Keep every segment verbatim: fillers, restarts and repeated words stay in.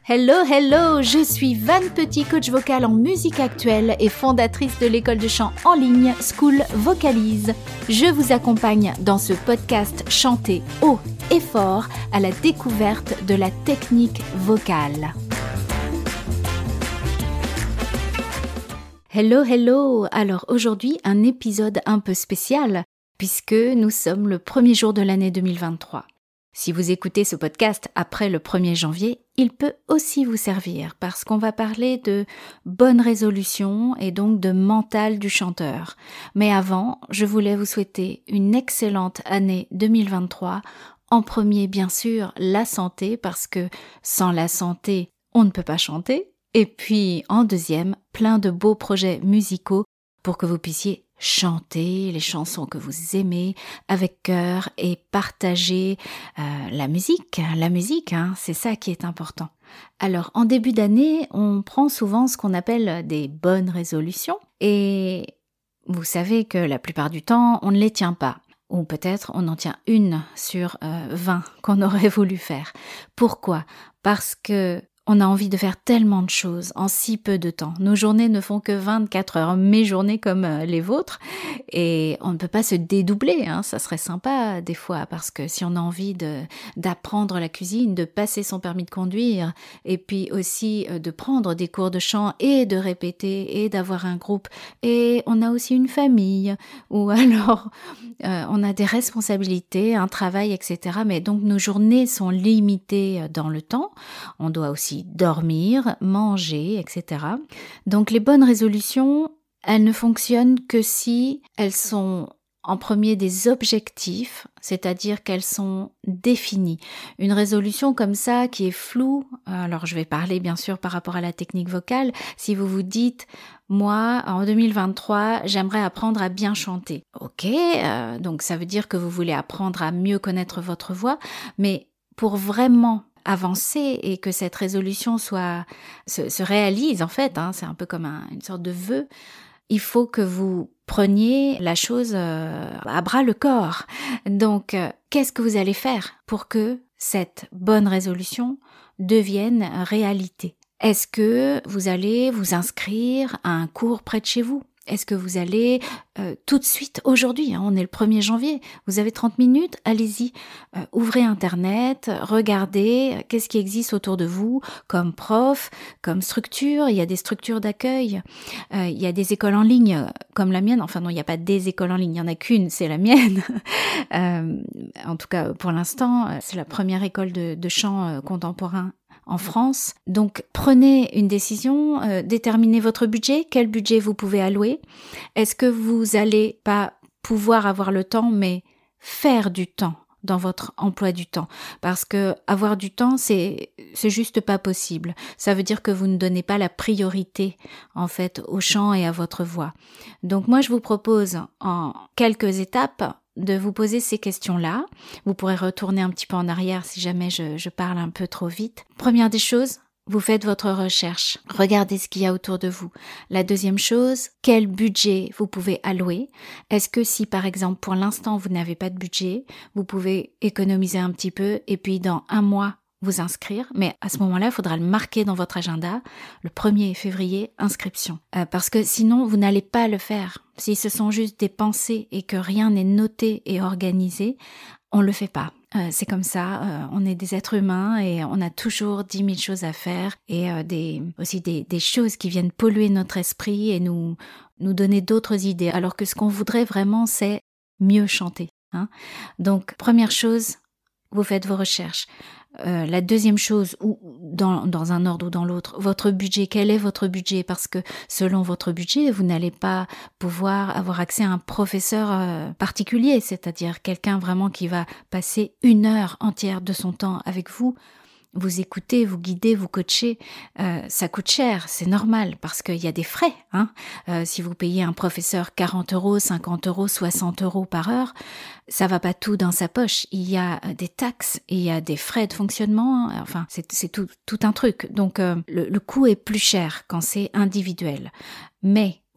Hello, hello, je suis Van Petit, coach vocal en musique actuelle et fondatrice de l'école de chant en ligne School Vocalise. Je vous accompagne dans ce podcast chanté haut et fort à la découverte de la technique vocale. Hello, hello, alors aujourd'hui un épisode un peu spécial puisque nous sommes le premier jour de l'année deux mille vingt-trois. Si vous écoutez ce podcast après le premier janvier, il peut aussi vous servir parce qu'on va parler de bonnes résolutions et donc de mental du chanteur. Mais avant, je voulais vous souhaiter une excellente année deux mille vingt-trois. En premier, bien sûr, la santé parce que sans la santé, on ne peut pas chanter. Et puis, en deuxième, plein de beaux projets musicaux pour que vous puissiez chanter les chansons que vous aimez avec cœur et partager euh, la musique. La musique, hein, c'est ça qui est important. Alors, en début d'année, on prend souvent ce qu'on appelle des bonnes résolutions et vous savez que la plupart du temps, on ne les tient pas. Ou peut-être on en tient une sur euh, vingt qu'on aurait voulu faire. Pourquoi ? Parce que on a envie de faire tellement de choses en si peu de temps. Nos journées ne font que vingt-quatre heures, mes journées comme les vôtres. Et on ne peut pas se dédoubler, hein. Ça serait sympa des fois parce que si on a envie de, d'apprendre la cuisine, de passer son permis de conduire et puis aussi de prendre des cours de chant et de répéter et d'avoir un groupe. Et on a aussi une famille ou alors euh, on a des responsabilités, un travail, et cetera. Mais donc nos journées sont limitées dans le temps. On doit aussi dormir, manger, et cetera. Donc les bonnes résolutions, elles ne fonctionnent que si elles sont en premier des objectifs, c'est-à-dire qu'elles sont définies. Une résolution comme ça qui est floue, alors je vais parler bien sûr par rapport à la technique vocale, si vous vous dites « moi, en deux mille vingt-trois, j'aimerais apprendre à bien chanter ». Ok, euh, donc ça veut dire que vous voulez apprendre à mieux connaître votre voix, mais pour vraiment avancer et que cette résolution soit se, se réalise en fait, hein, c'est un peu comme un, une sorte de vœu, il faut que vous preniez la chose euh, à bras le corps. Donc, euh, qu'est-ce que vous allez faire pour que cette bonne résolution devienne réalité ? Est-ce que vous allez vous inscrire à un cours près de chez vous ? Est-ce que vous allez euh, tout de suite, aujourd'hui, hein, on est le premier janvier, vous avez trente minutes, allez-y, euh, ouvrez Internet, regardez euh, qu'est-ce qui existe autour de vous comme prof, comme structure, il y a des structures d'accueil, euh, il y a des écoles en ligne euh, comme la mienne, enfin non, il n'y a pas des écoles en ligne, il n'y en a qu'une, c'est la mienne, euh, en tout cas pour l'instant, c'est la première école de, de chant euh, contemporain en France. Donc, prenez une décision, euh, déterminez votre budget, quel budget vous pouvez allouer. Est-ce que vous allez pas pouvoir avoir le temps, mais faire du temps dans votre emploi du temps? Parce que avoir du temps, c'est c'est juste pas possible. Ça veut dire que vous ne donnez pas la priorité, en fait, au chant et à votre voix. Donc, moi, je vous propose en quelques étapes de vous poser ces questions-là. Vous pourrez retourner un petit peu en arrière si jamais je, je parle un peu trop vite. Première des choses, vous faites votre recherche. Regardez ce qu'il y a autour de vous. La deuxième chose, quel budget vous pouvez allouer? Est-ce que si, par exemple, pour l'instant, vous n'avez pas de budget, vous pouvez économiser un petit peu et puis dans un mois, vous inscrire, mais à ce moment-là, il faudra le marquer dans votre agenda, le premier février, inscription. Euh, parce que sinon, vous n'allez pas le faire. Si ce sont juste des pensées et que rien n'est noté et organisé, on le fait pas. Euh, c'est comme ça, euh, on est des êtres humains et on a toujours dix mille choses à faire et euh, des, aussi des, des choses qui viennent polluer notre esprit et nous, nous donner d'autres idées. Alors que ce qu'on voudrait vraiment, c'est mieux chanter. Hein. Donc, première chose, vous faites vos recherches. Euh, la deuxième chose, ou dans, dans un ordre ou dans l'autre, votre budget, quel est votre budget? Parce que selon votre budget, vous n'allez pas pouvoir avoir accès à un professeur euh, particulier, c'est-à-dire quelqu'un vraiment qui va passer une heure entière de son temps avec vous. Vous écoutez, vous guidez, vous coachez, euh, ça coûte cher, c'est normal parce qu'il y a des frais. Hein. Euh, si vous payez un professeur quarante euros, cinquante euros, soixante euros par heure, ça va pas tout dans sa poche. Il y a des taxes, il y a des frais de fonctionnement, enfin c'est, c'est tout, tout un truc. Donc euh, le, le coût est plus cher quand c'est individuel. Mais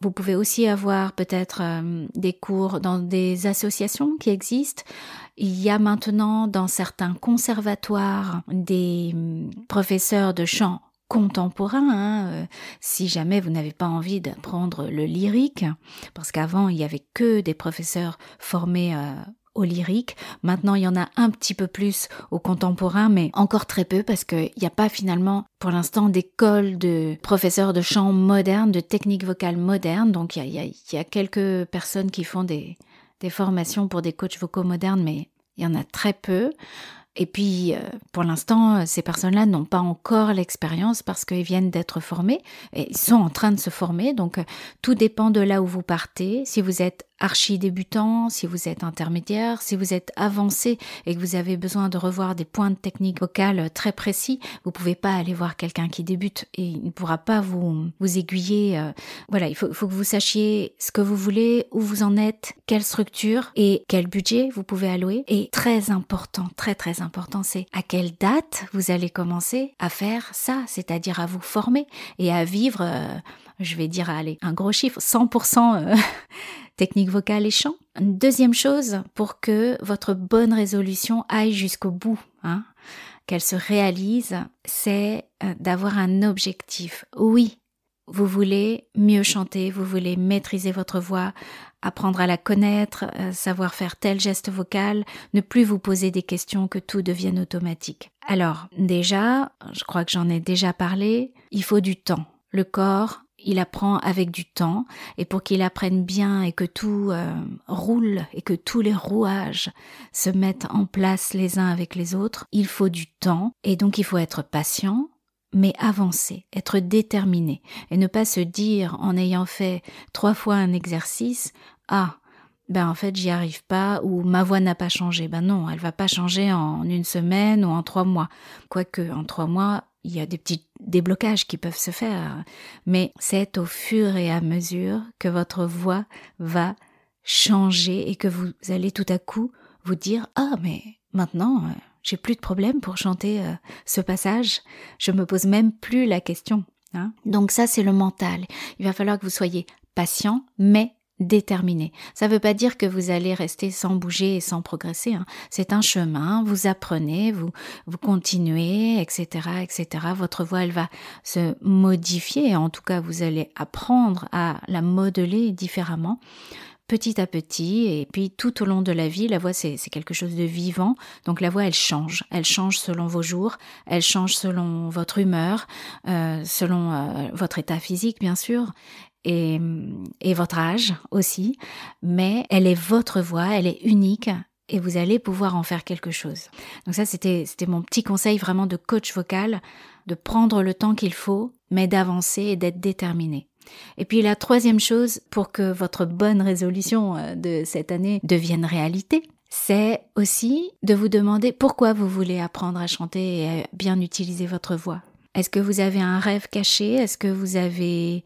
Vous pouvez aussi avoir peut-être euh, des cours dans des associations qui existent. Il y a maintenant dans certains conservatoires des euh, professeurs de chant contemporain, hein, euh, si jamais vous n'avez pas envie d'apprendre le lyrique, parce qu'avant il y avait que des professeurs formés euh, au lyrique. Maintenant, il y en a un petit peu plus au contemporain, mais encore très peu parce qu'il n'y a pas finalement, pour l'instant, d'école de professeurs de chant moderne, de technique vocale moderne. Donc, il y a, il y a quelques personnes qui font des, des formations pour des coachs vocaux modernes, mais il y en a très peu. Et puis, euh, pour l'instant, ces personnes-là n'ont pas encore l'expérience parce qu'ils viennent d'être formés et ils sont en train de se former. Donc, euh, tout dépend de là où vous partez. Si vous êtes archi-débutant, si vous êtes intermédiaire, si vous êtes avancé et que vous avez besoin de revoir des points de technique vocale très précis, vous pouvez pas aller voir quelqu'un qui débute et il ne pourra pas vous, vous aiguiller. Euh, voilà, il faut, faut que vous sachiez ce que vous voulez, où vous en êtes, quelle structure et quel budget vous pouvez allouer. Et très important, très très important, c'est à quelle date vous allez commencer à faire ça, c'est-à-dire à vous former et à vivre, euh, je vais dire, allez, un gros chiffre, cent pour cent euh, technique vocale et chant. Une deuxième chose, pour que votre bonne résolution aille jusqu'au bout, hein, qu'elle se réalise, c'est euh, d'avoir un objectif. Oui, vous voulez mieux chanter, vous voulez maîtriser votre voix, apprendre à la connaître, euh, savoir faire tel geste vocal, ne plus vous poser des questions, que tout devienne automatique. Alors, déjà, je crois que j'en ai déjà parlé, il faut du temps. Le corps, il apprend avec du temps, et pour qu'il apprenne bien et que tout euh, roule et que tous les rouages se mettent en place les uns avec les autres, il faut du temps, et donc il faut être patient, mais avancer, être déterminé, et ne pas se dire en ayant fait trois fois un exercice, ah, ben en fait j'y arrive pas, ou ma voix n'a pas changé. Ben non, elle va pas changer en une semaine ou en trois mois. Quoique en trois mois, il y a des petits déblocages qui peuvent se faire, mais c'est au fur et à mesure que votre voix va changer et que vous allez tout à coup vous dire « Ah, mais maintenant, euh, j'ai plus de problème pour chanter euh, ce passage, je me pose même plus la question. Hein » Donc ça, c'est le mental. Il va falloir que vous soyez patient, mais déterminé. Ça ne veut pas dire que vous allez rester sans bouger et sans progresser. Hein. C'est un chemin, vous apprenez, vous, vous continuez, et cetera, et cetera. Votre voix, elle va se modifier. En tout cas, vous allez apprendre à la modeler différemment, petit à petit. Et puis, tout au long de la vie, la voix, c'est, c'est quelque chose de vivant. Donc, la voix, elle change. Elle change selon vos jours. Elle change selon votre humeur, euh, selon euh, votre état physique, bien sûr. Et, et votre âge aussi, mais elle est votre voix, elle est unique et vous allez pouvoir en faire quelque chose. Donc ça, c'était, c'était mon petit conseil vraiment de coach vocal, de prendre le temps qu'il faut, mais d'avancer et d'être déterminé. Et puis la troisième chose, pour que votre bonne résolution de cette année devienne réalité, c'est aussi de vous demander pourquoi vous voulez apprendre à chanter et à bien utiliser votre voix. Est-ce que vous avez un rêve caché ? Est-ce que vous avez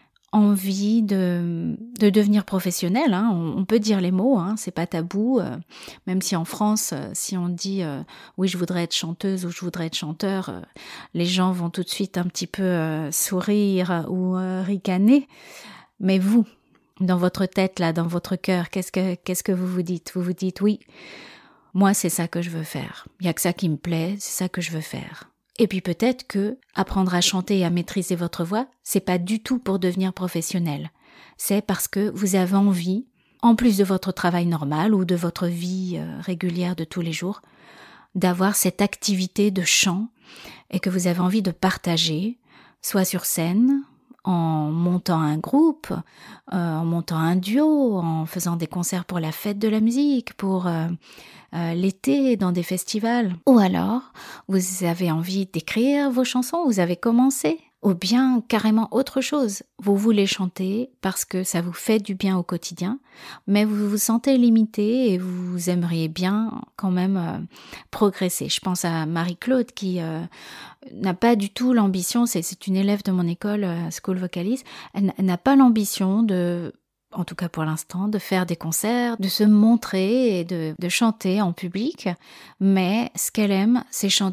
envie de, de devenir professionnel, hein. on, on peut dire les mots, hein, c'est pas tabou, euh, même si en France, euh, si on dit euh, oui je voudrais être chanteuse ou je voudrais être chanteur, euh, les gens vont tout de suite un petit peu euh, sourire ou euh, ricaner, mais vous, dans votre tête là, dans votre cœur, qu'est-ce que, qu'est-ce que vous vous dites ? Vous vous dites oui, moi c'est ça que je veux faire, il y a que ça qui me plaît, c'est ça que je veux faire. Et puis peut-être que apprendre à chanter et à maîtriser votre voix, c'est pas du tout pour devenir professionnel. C'est parce que vous avez envie, en plus de votre travail normal ou de votre vie euh, régulière de tous les jours, d'avoir cette activité de chant et que vous avez envie de partager, soit sur scène, en montant un groupe, euh, en montant un duo, en faisant des concerts pour la fête de la musique, pour euh, euh, l'été, dans des festivals. Ou alors, vous avez envie d'écrire vos chansons, vous avez commencé. Ou bien carrément autre chose. Vous voulez chanter parce que ça vous fait du bien au quotidien, mais vous vous sentez limité et vous aimeriez bien quand même euh, progresser. Je pense à Marie-Claude qui euh, n'a pas du tout l'ambition, c'est, c'est une élève de mon école, euh, School Vocalist, elle, elle n'a pas l'ambition de, en tout cas pour l'instant, de faire des concerts, de se montrer et de, de chanter en public, mais ce qu'elle aime, c'est chanter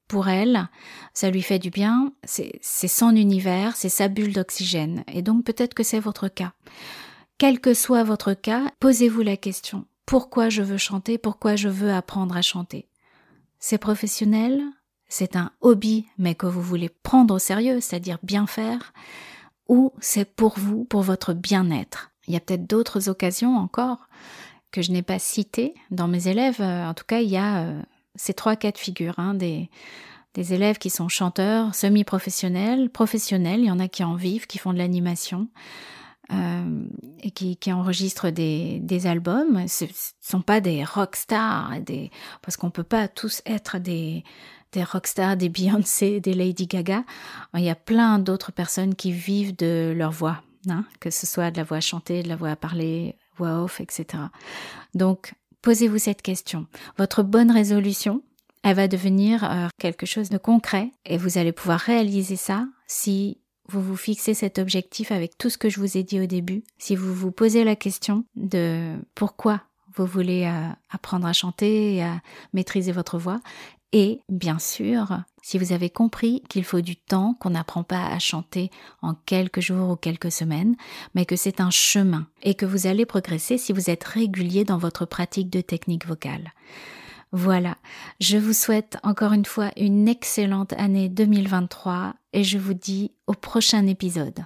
pour elle, ça lui fait du bien, c'est, c'est son univers, c'est sa bulle d'oxygène. Et donc peut-être que c'est votre cas. Quel que soit votre cas, posez-vous la question. Pourquoi je veux chanter? Pourquoi je veux apprendre à chanter? C'est professionnel? C'est un hobby, mais que vous voulez prendre au sérieux, c'est-à-dire bien faire? Ou c'est pour vous, pour votre bien-être? Il y a peut-être d'autres occasions encore que je n'ai pas citées dans mes élèves. En tout cas, il y a euh, ces trois cas de figure, hein, des, des élèves qui sont chanteurs, semi-professionnels, professionnels, il y en a qui en vivent, qui font de l'animation, Euh, et qui, qui enregistrent des, des albums. Ce ne sont pas des rockstars, des, parce qu'on ne peut pas tous être des, des rockstars, des Beyoncé, des Lady Gaga. Il y a plein d'autres personnes qui vivent de leur voix, hein, que ce soit de la voix chantée, de la voix parlée, voix off, et cetera. Donc, posez-vous cette question. Votre bonne résolution, elle va devenir euh, quelque chose de concret et vous allez pouvoir réaliser ça si vous vous fixez cet objectif avec tout ce que je vous ai dit au début, si vous vous posez la question de pourquoi vous voulez euh, apprendre à chanter et à maîtriser votre voix, et bien sûr, si vous avez compris qu'il faut du temps, qu'on n'apprend pas à chanter en quelques jours ou quelques semaines, mais que c'est un chemin et que vous allez progresser si vous êtes régulier dans votre pratique de technique vocale. Voilà, je vous souhaite encore une fois une excellente année deux mille vingt-trois et je vous dis au prochain épisode.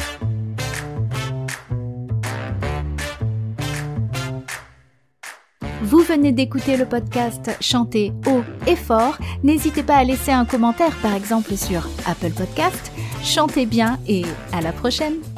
Vous venez d'écouter le podcast Chanter haut et fort. N'hésitez pas à laisser un commentaire par exemple sur Apple Podcast. Chantez bien et à la prochaine.